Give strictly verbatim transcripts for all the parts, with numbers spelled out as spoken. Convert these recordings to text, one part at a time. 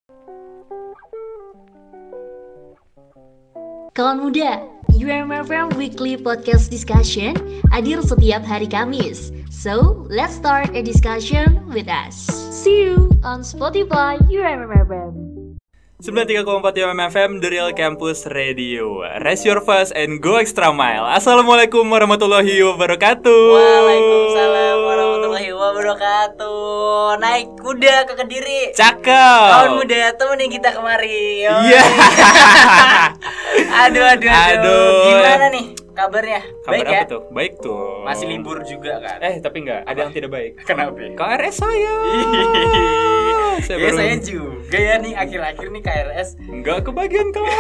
Kawan muda, U M F M Weekly Podcast Discussion hadir setiap hari Kamis. So, let's start a discussion with us. See you on Spotify U M F M. sembilan tiga koma empat U M F M The Real Campus Radio. Raise your voice and go extra mile. Assalamualaikum warahmatullahi wabarakatuh. Waalaikumsalam warahmatullahi wabarakatuh. Naik kuda ke Kediri. Cakep. Kawan muda, temenin kita kemari. Iya. Aduh, aduh, aduh, Aduh. Gimana nih kabarnya? Kabar Baik apa ya? tuh? Baik tuh. Masih libur juga kan? Eh, tapi enggak, ada yang tidak baik. Kenapa? K R S saya. Saya Ya baru- saya juga ya nih akhir-akhir nih K R S. Enggak kebagian kelas.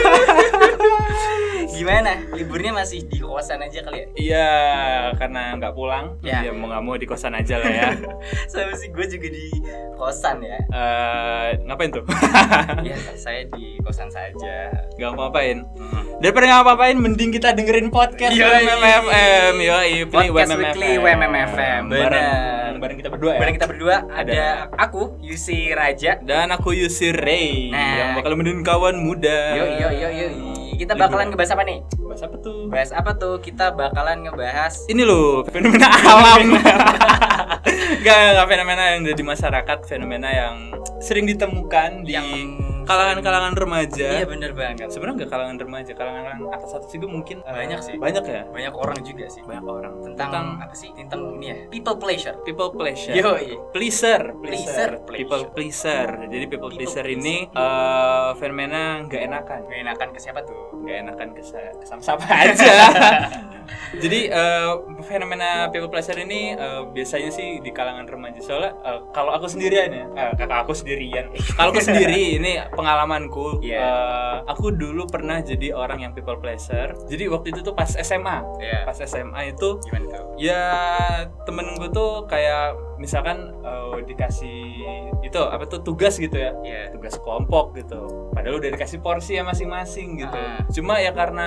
Gimana? Liburnya masih di kosan aja kali ya? Iya, karena enggak pulang. Ya. Ya mau enggak mau di kosan aja lah ya. Sama sih gue juga di kosan ya. Eh, ngapain tuh? Ya saya di kosan saja. Enggak ngapain. Hmm. Daripada nggak apa-apain, mending kita dengerin podcast W Yoi. M M F M. Yoi, pilih Podcast Weekly W M M F M. Bareng, Bener. bareng kita berdua ya. Bareng kita berdua ada, Ada aku Yusi Raja. Dan aku Yusir Ray Nah. yang bakal nemenin kawan muda. Yo yo yo yo. Kita bakalan Liburan. ngebahas apa nih? Bahas apa tuh? Bahas apa tuh? Kita bakalan ngebahas Ini loh, fenomena alam. Gak, gak fenomena yang ada di masyarakat, fenomena yang sering ditemukan di yang kalangan-kalangan remaja. Iya bener banget. Sebenarnya nggak kalangan remaja, kalangan atas atas juga mungkin eh, Banyak sih. Banyak ya. Banyak orang juga sih. Banyak orang Tentang, apa sih? Tentang ini ya. People pleasure. people pleasure. Yoi. Pleaser, Pleaser, pleaser, people pleaser. Jadi people, People pleaser pleaser. ini eh, fenomena nggak enakan, Gak enakan ke siapa tuh? nggak enakan ke sa- ke sama-sama aja. Jadi eh, fenomena people pleaser ini eh, biasanya sih di kalangan remaja. Soalnya eh, kalau aku sendirian ya, eh, kakak aku sendirian. Kalau aku sendiri ini pengalamanku. Iya. eh, aku dulu pernah jadi orang yang people pleaser. Jadi waktu itu tuh pas S M A. Iya. Pas S M A itu Gimana tuh? ya temen gue tuh kayak misalkan uh, dikasih itu apa tuh tugas gitu ya, Iya. tugas kelompok gitu, padahal udah dikasih porsi ya masing-masing gitu. Ah. Cuma ya karena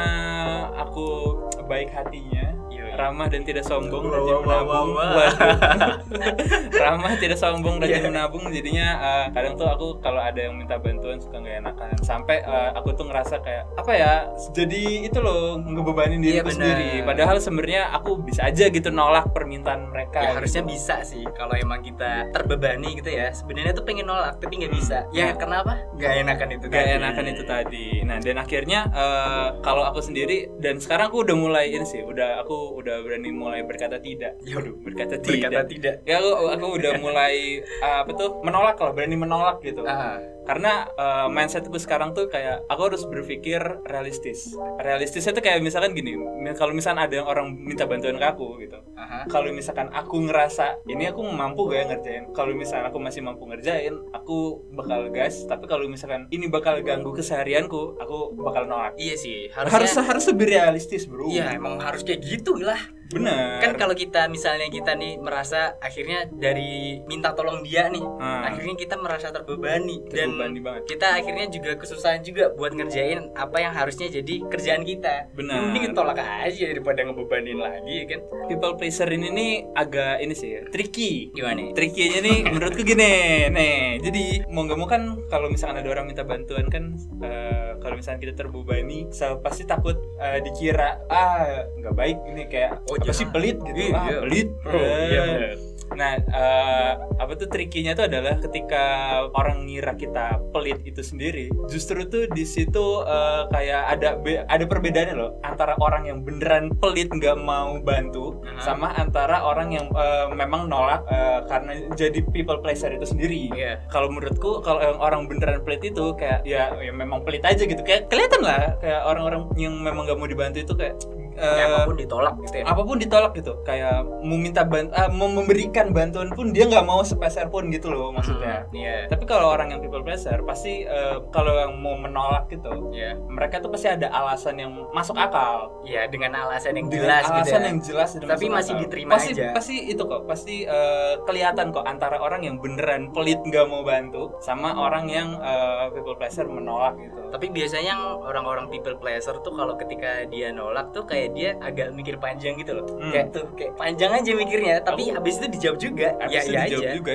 aku baik hatinya, Yoi. ramah dan tidak sombong, Wah, rajin wah, menabung. wah, wah. Waduh. Ramah tidak sombong, rajin Iya. menabung. Jadinya uh, kadang tuh aku kalau ada yang minta bantuan suka nggak enakan. Sampai uh, aku tuh ngerasa kayak apa ya? Jadi itu loh ngebebanin Iya, diriku bener. sendiri. Padahal sebenarnya aku bisa aja gitu nolak permintaan mereka. Ya harusnya gitu. bisa sih kalau emang kita terbebani gitu ya. Sebenarnya tuh pengen nolak tapi nggak bisa. Ya Nah. kenapa? Gak enakan itu. Gak tadi. enakan itu tadi. Nah dan akhirnya uh, kalau aku sendiri dan sekarang aku udah mulai ini sih, udah aku udah berani mulai berkata tidak. Waduh, berkata tidak. Berkata tidak. Ya aku aku udah mulai uh, apa tuh menolak lah, berani menolak gitu. Ah. Karena uh, mindsetku sekarang tuh kayak aku harus berpikir realistis. Realistisnya tuh kayak misalkan gini, mi- kalau misalkan ada yang orang minta bantuan ke aku gitu. Aha. Kalau misalkan aku ngerasa ini aku mampu gak ya ngerjain. Kalau misalkan aku masih mampu ngerjain, aku bakal gas. Tapi kalau misalkan ini bakal ganggu keseharianku, aku bakal nolak. Iya sih, Harus harusnya harus lebih realistis, bro. iya emang harus kayak gitu lah. Bener. Kan kalau kita misalnya kita nih merasa akhirnya dari minta tolong dia nih, Hmm. akhirnya kita merasa terbebani dan Terbebani banget. kita akhirnya juga kesusahan juga buat ngerjain apa yang harusnya jadi kerjaan kita. Benar. Mending tolak aja daripada ngebebanin lagi ya kan. People pleaser ini nih agak ini sih, tricky. Gimana? Triknya nih menurutku gini, nih. Jadi mau nggak mau kan kalau misalkan ada orang minta bantuan kan, eh, kalau misalkan kita terbebani, so, pasti takut eh, dikira ah nggak baik ini kayak Oh, apa jahat. sih pelit gitu, Iya, ah iya. pelit. Oh, iya Eh. benar. Nah, eh, apa tuh trikinya tuh adalah ketika orang ngira kita pelit itu sendiri, justru tuh di situ eh, kayak ada be- ada perbedaannya loh antara orang yang beneran pelit nggak mau bantu Aha. sama antara orang yang eh, memang nolak eh, karena jadi people pleaser itu sendiri. Iya. Kalau menurutku kalau yang orang beneran pelit itu kayak ya, ya memang pelit aja gitu, kayak kelihatan lah kayak orang-orang yang memang nggak mau dibantu itu kayak eh, Ya, apapun ditolak gitu ya. apapun ditolak gitu, kayak mau minta bant ah, mau memberikan bantuan pun dia nggak mau sepeser pun gitu loh maksudnya. Hmm, Iya. Tapi kalau orang yang people pleaser pasti eh, kalau yang mau menolak gitu, Iya. mereka tuh pasti ada alasan yang masuk akal. Ya dengan alasan yang Dengan jelas alasan gitu ya. yang jelas dan Tapi masuk masih akal. diterima pasti, aja. Pasti itu kok, pasti eh, kelihatan kok antara orang yang beneran pelit nggak mau bantu sama orang yang eh, people pleaser menolak gitu. Tapi biasanya yang orang-orang people pleaser tuh kalau ketika dia nolak tuh kayak dia agak mikir panjang gitu loh. Hmm. Kayak tuh kayak panjang aja mikirnya, tapi Oh. habis itu dijawab juga. Habis Ya itu iya dijawab aja. juga, iya, iya.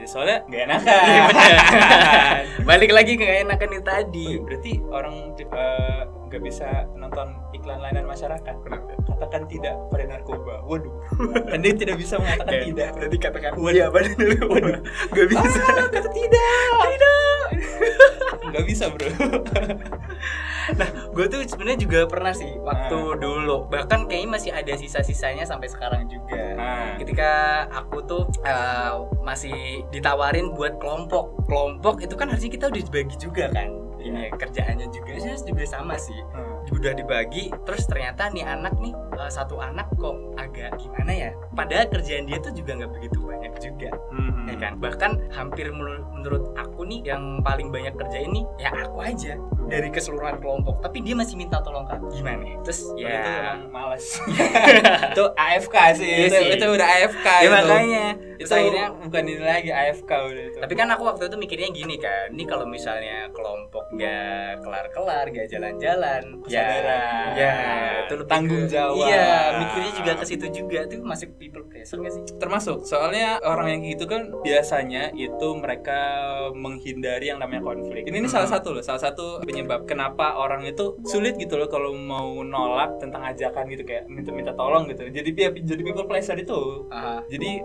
ya soalnya nggak enakan. Iya, bener. Balik lagi ke nggak enakan itu tadi. Oh, berarti orang eh, nggak bisa nonton iklan layanan masyarakat. Katakan tidak pada narkoba. Waduh. Kan dia tidak bisa mengatakan Kayak tidak. Tadi katakan Waduh. iya pada narkoba. Gak bisa. Ah, kata tidak. Tidak. Nggak bisa bro. Nah, gue tuh sebenarnya juga pernah sih waktu Ah. dulu. Bahkan kayaknya masih ada sisa-sisanya sampai sekarang juga. Ah. Ketika aku tuh uh, masih ditawarin buat kelompok. Kelompok itu kan harusnya kita udah dibagi juga kan. Ini kerjaannya juga sih juga sama sih. Hmm. Udah dibagi, terus ternyata nih anak nih uh, satu anak kok agak gimana ya? Padahal kerjaan dia tuh juga nggak begitu banyak juga. Hmm. Ya kan, bahkan hampir menur- menurut aku nih yang paling banyak kerja ini ya aku aja dari keseluruhan kelompok, tapi dia masih minta tolong kak gimana terus Ya. ya Itu emang males. Itu A F K sih. Iya itu, sih. itu udah A F K ya itu. makanya Itu terus akhirnya bukan ini lagi A F K udah itu. tapi kan aku waktu itu mikirnya gini kan, ini kalau misalnya kelompok gak kelar-kelar, gak jalan-jalan, Kesadaran. ya, ya itu lebih Tanggung ke- jawab. iya, mikirnya juga ke situ juga, itu masih people pleaser gak sih? Termasuk soalnya orang yang gitu kan biasanya itu mereka menghindari yang namanya konflik. Ini, ini salah satu loh, salah satu penyebab kenapa orang itu sulit gitu loh kalau mau nolak tentang ajakan gitu kayak minta-minta tolong gitu. Jadi jadi people pleaser itu. Aha. Jadi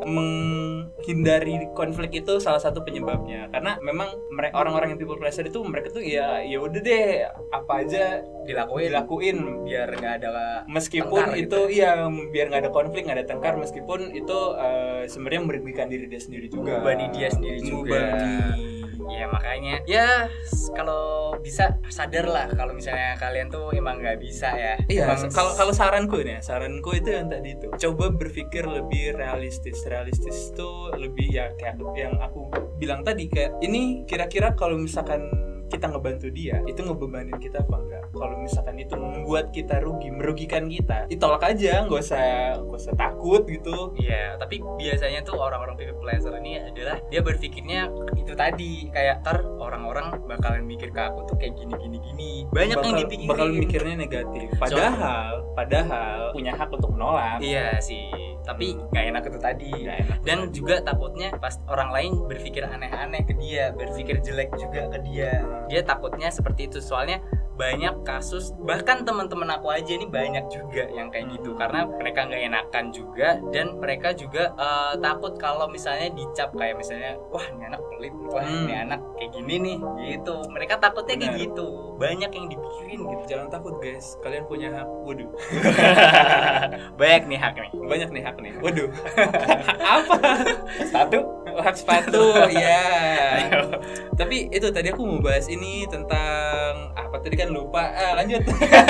menghindari konflik itu salah satu penyebabnya. Karena memang mereka orang-orang yang people pleaser itu mereka tuh ya ya udah deh apa aja dilakuin dilakuin biar nggak ada meskipun tengkar itu gitu. ya biar nggak ada konflik nggak ada tengkar meskipun itu uh, sebenarnya merugikan diri dia sendiri juga membebani dia sendiri juga. Membebani. Ya makanya ya s- kalau bisa sadar lah kalau misalnya kalian tuh emang nggak bisa ya. Iya, Emang kalau kalau saranku nih, saranku itu yang tadi itu. Coba berpikir lebih realistis. Realistis itu lebih ya kayak yang aku bilang tadi kayak ini kira-kira kalau misalkan kita ngebantu dia, itu ngebebanin kita apa enggak? Kalau misalkan itu membuat kita rugi, merugikan kita, ditolak aja, nggak usah nggak usah takut gitu. Iya, tapi biasanya tuh orang-orang people pleaser ini adalah dia berpikirnya itu tadi kayak tar orang-orang bakalan mikir ke aku tuh kayak gini gini gini. Banyak bakal, yang dipikirin. bakal mikirnya negatif. Padahal, padahal punya hak untuk menolak. Iya sih, tapi nggak enak itu tadi. Nggak enak. Dan juga takutnya pas orang lain berpikir aneh-aneh ke dia, berpikir jelek juga ke dia. Dia takutnya seperti itu, soalnya banyak kasus, bahkan teman-teman aku aja nih banyak juga yang kayak gitu karena mereka nggak enakan juga dan mereka juga uh, takut kalau misalnya dicap kayak misalnya wah ini anak pelit, wah Hmm. ini anak kayak gini nih gitu. Mereka takutnya kayak Benar. gitu, banyak yang dipikirin gitu. Jangan takut guys, kalian punya hak. Waduh, Banyak nih hak nih. banyak nih hak nih. Waduh, apa? Satu. Hak sepatu, ya. Tapi itu tadi aku mau bahas ini tentang apa tadi kan lupa. Ah, lanjut.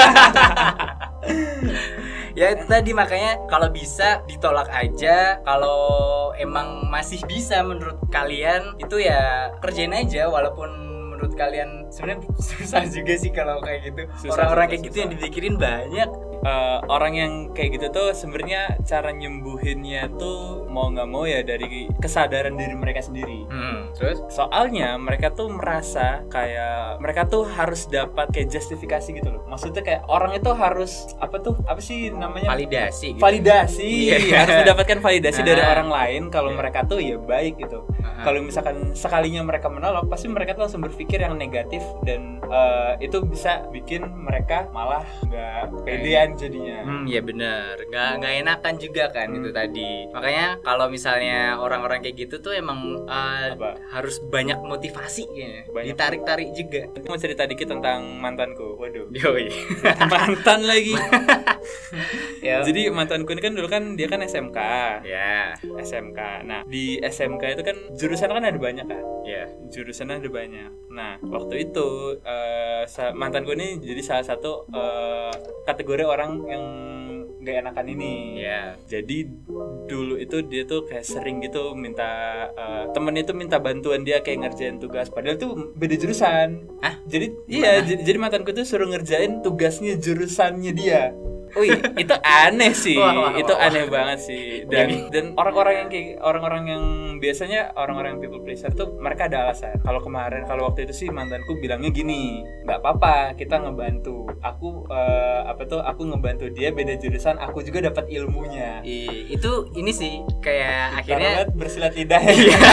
Ya itu tadi makanya kalau bisa ditolak aja. Kalau emang masih bisa menurut kalian itu ya kerjain aja walaupun menurut kalian sebenarnya susah juga sih kalau kayak gitu. Susah, Orang-orang susah, kayak gitu susah. yang dipikirin banyak. Uh, orang yang kayak gitu tuh sebenarnya cara nyembuhinnya tuh mau nggak mau ya dari kesadaran diri mereka sendiri. Hmm, terus Soalnya mereka tuh merasa kayak mereka tuh harus dapat kayak justifikasi gitu loh. Maksudnya kayak orang itu harus apa tuh apa sih namanya? validasi gitu. Validasi. Iya. Harus mendapatkan validasi dari Nah. orang lain kalau Iya. mereka tuh ya baik gitu. Nah. Kalau misalkan sekalinya mereka menolak, pasti mereka tuh langsung berpikir yang negatif dan uh, itu bisa bikin mereka malah nggak pedean jadinya. Hmm, ya bener, nggak nggak enakan juga kan Hmm. itu tadi. Makanya kalau misalnya orang-orang kayak gitu tuh emang uh, Apa? harus banyak motivasi kayaknya, Banyak. ditarik-tarik juga. Aku mau cerita dikit tentang mantanku. Waduh. Yoi. Mantan lagi. Ya. Jadi mantanku ini kan dulu kan dia kan S M K. Ya, S M K. Nah, di S M K itu kan jurusan kan ada banyak kan. ya. Jurusannya ada banyak. Nah, waktu itu uh, sa- mantanku ini jadi salah satu uh, kategori orang yang gak enakan ini. Ya. Jadi dulu itu dia tuh kayak sering gitu minta uh, temennya tuh minta bantuan dia kayak ngerjain tugas. Padahal tuh beda jurusan. Hah? Jadi iya, jadi, jadi mantanku tuh suruh ngerjain tugasnya jurusannya dia. Wih, itu aneh sih. Wah, wah, itu wah, aneh wah. banget sih. Dan dan orang-orang yang kayak orang-orang yang biasanya orang-orang yang people pleaser tuh mereka ada alasan. Kalau kemarin kalau waktu itu sih mantanku bilangnya gini, nggak apa-apa, kita ngebantu. Aku eh, apa tuh? Aku ngebantu dia beda jurusan, aku juga dapat ilmunya. I, itu ini sih kayak Parah akhirnya banget, bersilat lidah.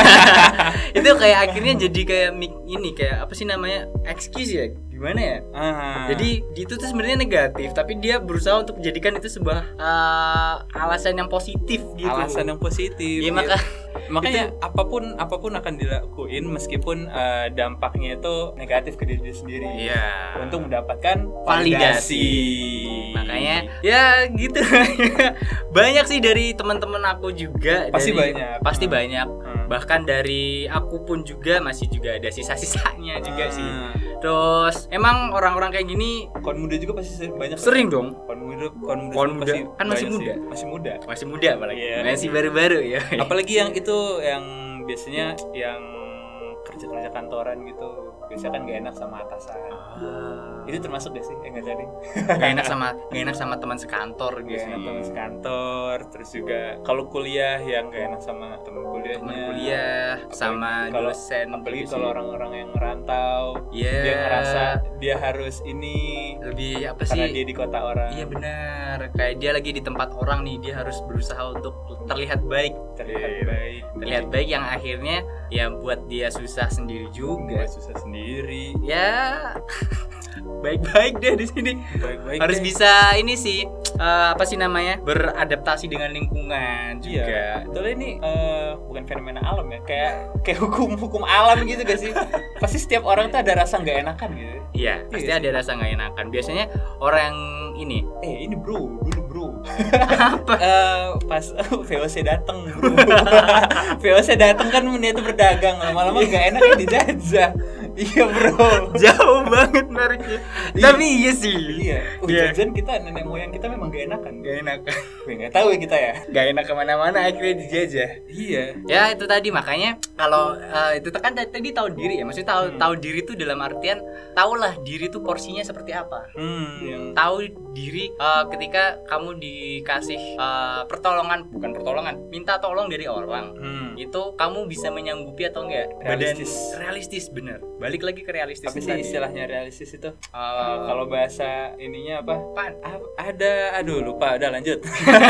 itu kayak akhirnya jadi kayak mik- ini kayak apa sih namanya excuse ya gimana ya. Ah. Jadi itu tuh sebenarnya negatif tapi dia berusaha untuk menjadikan itu sebuah uh, alasan yang positif gitu. alasan yang positif. Iya, maka makanya apapun apapun akan dilakuin meskipun uh, dampaknya itu negatif ke diri sendiri. Iya. Untuk mendapatkan Validasi. validasi. Makanya ya gitu. Banyak sih dari teman-teman aku juga. Pasti dari- banyak. Pasti Hmm. banyak. Hmm. Bahkan dari aku pun juga masih juga ada sisa-sisanya juga Ah. sih. Terus emang orang-orang kayak gini Kawan muda juga pasti sering- banyak. sering dong. Kawan muda, kawan muda, Kawan juga muda. pasti Kan masih banyak muda. sih. Masih muda. Masih muda apalagi. Iya. Masih baru-baru ya. Apalagi yang itu yang biasanya yang kerja-kerja kantoran gitu. Biasanya kan gak enak sama atasan. Ah. Itu termasuk gak sih? Eh enggak jadi. Gak enak sama gak enak sama teman sekantor Gak gitu. enak teman sekantor. Terus juga kalau kuliah yang gak enak sama teman kuliahnya. Teman kuliah sama kalau- dosen Apalagi gitu kalau sih. orang-orang yang merantau, Iya. dia ngerasa dia harus ini lebih apa karena sih? dia di kota orang. Iya benar. Kayak dia lagi di tempat orang nih, dia harus berusaha untuk terlihat baik, Terlihat Iya. baik. terlihat baik yang akhirnya ya buat dia susah sendiri juga. Buat susah sendiri. Ya baik-baik deh di sini. Baik-baik Harus deh. bisa ini sih eh, apa sih namanya? Beradaptasi dengan lingkungan juga. Iya. Soalnya ini eh, bukan fenomena alam ya, kayak kayak hukum-hukum alam gitu gak sih? Pasti setiap orang tuh ada rasa nggak enakan gitu. Iya, pasti Iya ada rasa nggak enakan. Biasanya orang yang ini Eh ini bro, dulu bro. Apa? Pas V O C dateng bro. V O C dateng kan niat berdagang, lama-lama nggak enak ya dijajah. Iya bro. jauh banget nariknya. Tapi iya sih. Iya. Oh, Iya. jajan kita nenek moyang kita memang gak enakan. Gak enak. Gue nggak tahu ya kita ya. Gak enak kemana-mana akhirnya dijajah. Iya. Ya itu tadi makanya kalau eh, itu kan tadi tadi tahu diri ya. Maksudnya tahu Hmm. tahu diri itu dalam artian tahulah diri itu porsinya seperti apa. Hmm. Yang Tahu diri eh, ketika kamu dikasih eh, pertolongan, bukan pertolongan, minta tolong dari orang. Hmm. Itu kamu bisa menyanggupi atau enggak? Realistis. Badan realistis bener. Balik lagi ke realistis Apa sih tadi. istilahnya realistis itu? Eh, Kalau bahasa ininya apa? apaan? Ah, ada, aduh lupa, udah lanjut.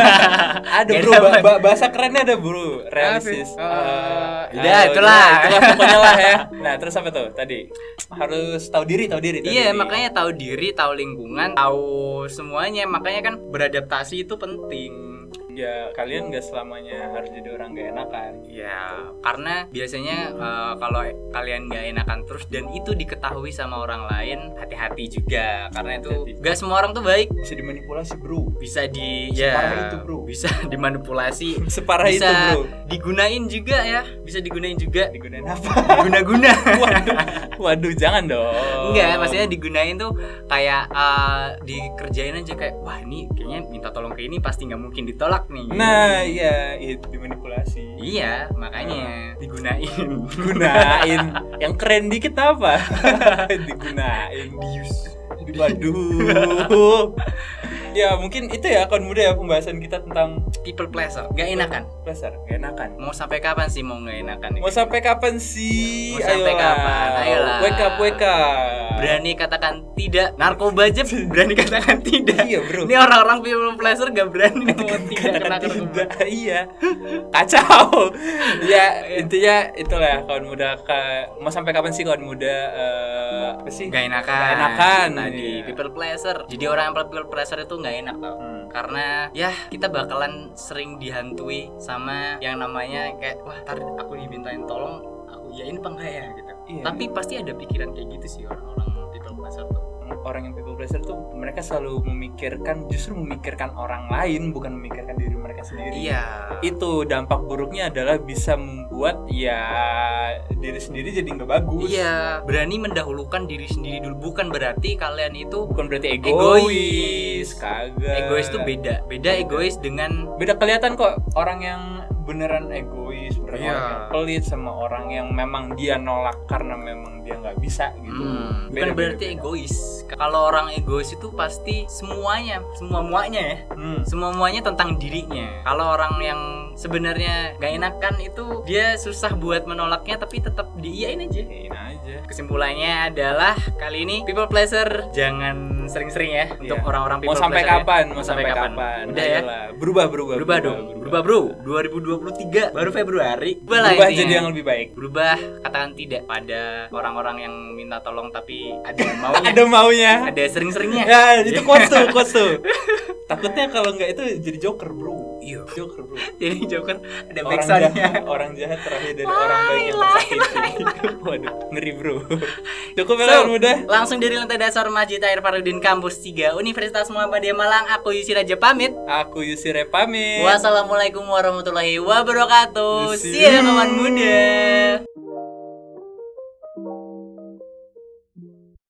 Ada Gak bro, ada ba- apa. ba- bahasa kerennya ada bro, realistis. Apa? Eh, Eh, udah, ah, itulah. itulah pokoknya lah ya. Nah terus apa tuh tadi? Harus tahu diri, tahu diri. Tahu Iya, diri. makanya tahu diri, tahu lingkungan, tahu semuanya. Makanya kan beradaptasi itu penting. Ya kalian nggak selamanya harus jadi orang gak enakan. Ya, karena biasanya eh, kalau kalian nggak enakan terus dan itu diketahui sama orang lain, hati-hati juga. Karena itu Hati-hati. nggak semua orang tuh baik. Bisa dimanipulasi bro. Bisa di Separah ya, itu, bro. bisa dimanipulasi. Separah bisa itu bro. digunain juga ya, bisa digunain juga. Digunain apa? Diguna-guna. Waduh, waduh jangan dong. Enggak, maksudnya digunain tuh kayak eh, dikerjain aja kayak wah ini kayaknya minta tolong ke ini pasti nggak mungkin ditolak nih. Nah iya, itu dimanipulasi. Iya, makanya digunain. Gunain yang keren dikit apa? Digunain dius. Waduh. Ya mungkin itu ya kawan muda ya pembahasan kita tentang People pleaser, gak enakan. pleasure, gak enakan. Mau sampai kapan sih mau nggak enakan? Mau sampai kapan sih? Mau sampai Ayolah. kapan? Ayolah. Wake up, wake up. Berani katakan tidak. Narkoba aja berani katakan tidak. Iya, bro. Ini orang-orang people pleaser gak berani ngomong tidak kena Katakan narkoba. tidak. Iya. Kacau. Ya intinya itulah kawan muda. Ka- mau sampai kapan sih kawan muda? eh, apa sih? Gak enakan. Gak enakan. Tadi Iya. people pleaser. Jadi orang yang people pleaser itu gak enak tau. Hmm. Karena ya kita bakalan sering dihantui sama yang namanya kayak wah ntar aku dimintain tolong aku iyain apa enggak ya gitu. Iya. Tapi pasti ada pikiran kayak gitu sih orang-orang people pleaser tuh. Orang yang people pleaser tuh mereka selalu memikirkan, justru memikirkan orang lain, bukan memikirkan diri mereka sendiri. Iya. Itu dampak buruknya adalah bisa membuat ya diri sendiri jadi nggak bagus. Iya, berani mendahulukan diri sendiri dulu. Bukan berarti kalian itu Bukan berarti Egois. egois, kagak. egois tuh beda. Beda egois dengan Beda kelihatan kok orang yang beneran egois egois, orang Iya. yang pelit, sama orang yang memang dia nolak karena memang dia nggak bisa gitu. Hmm, bukan Beda-beda. berarti egois. Kalau orang egois itu pasti semuanya, semua muanya ya. Hmm. Semua muanya tentang dirinya. Kalau orang yang sebenarnya gak enakan itu dia susah buat menolaknya tapi tetap diiyain aja. Iyain aja. Kesimpulannya adalah kali ini people pleasure jangan sering-sering ya untuk Iya. orang-orang people Mau sampai pleasure ya. kapan? Mau sampai kapan? Udah ya. Ayolah. Berubah, berubah, Berubah dong. Berubah bro. dua ribu dua puluh tiga baru Februari. Berubah lah Berubah intinya. jadi yang lebih baik. Berubah, katakan tidak pada orang-orang yang minta tolong tapi ada maunya. Ada maunya. Ada sering-seringnya. Ya, itu quotes tuh, quotes tuh. Takutnya kalau nggak itu jadi joker, bro. Iya. Joker, bro. Jadi Joker ada Orang backsoundnya. jahat, orang jahat terakhir dari orang baik yang tersakiti. Waduh, ngeri, bro. Cukup ya, So, kawan muda. langsung dari lantai dasar Masjid Air Farudin Kampus tiga Universitas Muhammadiyah Malang. Aku Yusi Raja pamit. Aku Yusire pamit. Wassalamualaikum warahmatullahi wabarakatuh. See See ya you. kawan muda.